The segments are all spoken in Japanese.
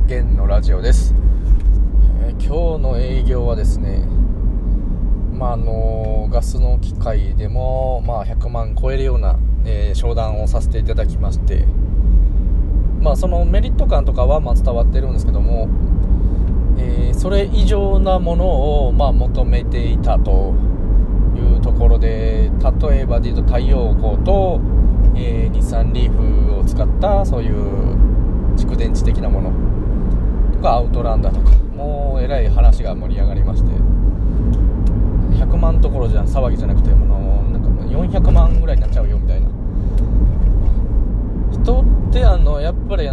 源のラジオです。今日の営業はですね、ガスの機械でも、100万超えるような、商談をさせていただきまして、そのメリット感とかは伝わってるんですけども、それ以上なものを、求めていたというところで、例えばで言うと太陽光と、日産リーフを使ったそういう蓄電池的なものとかアウトランダーとか、もうえらい話が盛り上がりまして、100万どころじゃ騒ぎじゃなくて、なんかもう400万ぐらいになっちゃうよみたいな。人ってやっぱり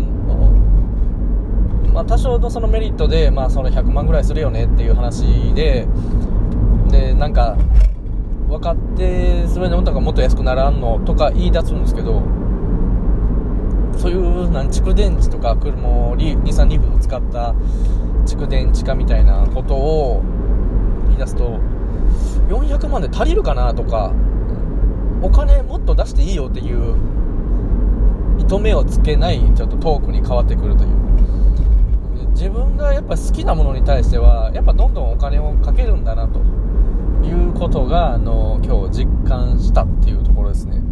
多少のそのメリットで、その100万ぐらいするよねっていう話でなんか分かってそれでもっと安くならんのとか言い出すんですけど、そういう蓄電池とか日産リーフを使った蓄電池化みたいなことを言い出すと、400万で足りるかなとか、お金もっと出していいよっていう糸目をつけないちょっとトークに変わってくるという。自分がやっぱ好きなものに対してはやっぱどんどんお金をかけるんだなということが今日実感したっていうところですね。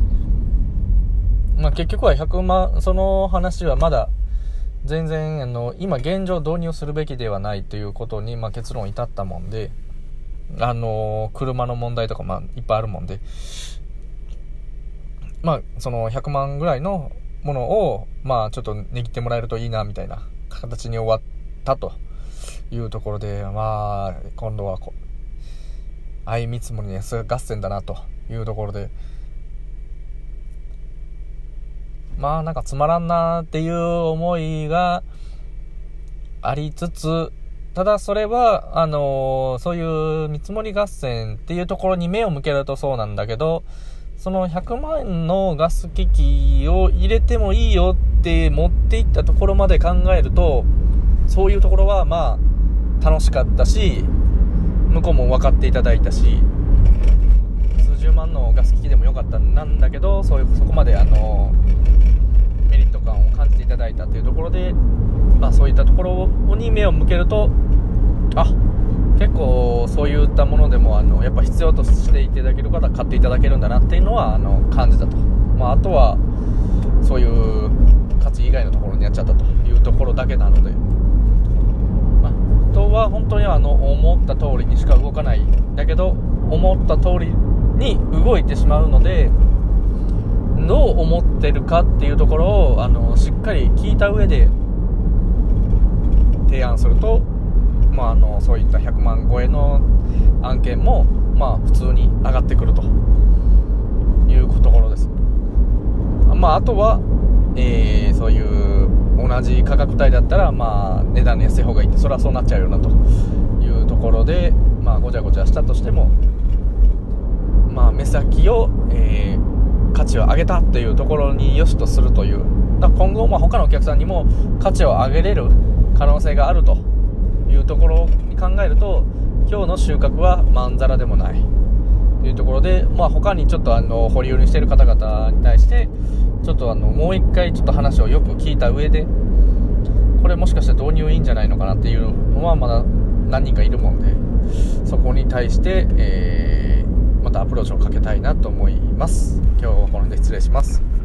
結局は100万、その話はまだ全然今現状導入するべきではないということに、結論至ったもんで、車の問題とかいっぱいあるもんで、その100万ぐらいのものをちょっと値切ってもらえるといいなみたいな形に終わったというところで、今度は相見積もりの安合戦だなというところで、なんかつまらんなっていう思いがありつつ、ただそれはそういう見積もり合戦っていうところに目を向けるとそうなんだけど、その100万円のガス機器を入れてもいいよって持っていったところまで考えると、そういうところは楽しかったし、向こうも分かっていただいたし、数十万のガス機器でもよかったんだけど、そこまでメリット感を感じていただいたというところで、そういったところに目を向けると、結構そういったものでもやっぱ必要としていただける方は買っていただけるんだなっていうのは感じたと。あとはそういう価値以外のところにやっちゃったというところだけなので、人は本当に思った通りにしか動かないんだけど、思った通りに動いてしまうので、どう思ってるかっていうところをしっかり聞いた上で提案すると、そういった100万超えの案件も普通に上がってくるというところです。あとは、そういう同じ価格帯だったら値段の安い方がいいって、それはそうなっちゃうよなというところで、ごちゃごちゃしたとしても目先を、価値を上げたというところに良しとするという。今後他のお客さんにも価値を上げれる可能性があるというところに考えると、今日の収穫はまんざらでもないというところで、他にちょっと保留にしている方々に対してちょっともう一回ちょっと話をよく聞いた上で、これもしかして導入いいんじゃないのかなっていうのはまだ何人かいるもんで、そこに対して、またアプローチをかけたいなと思います。今日はこの辺で失礼します。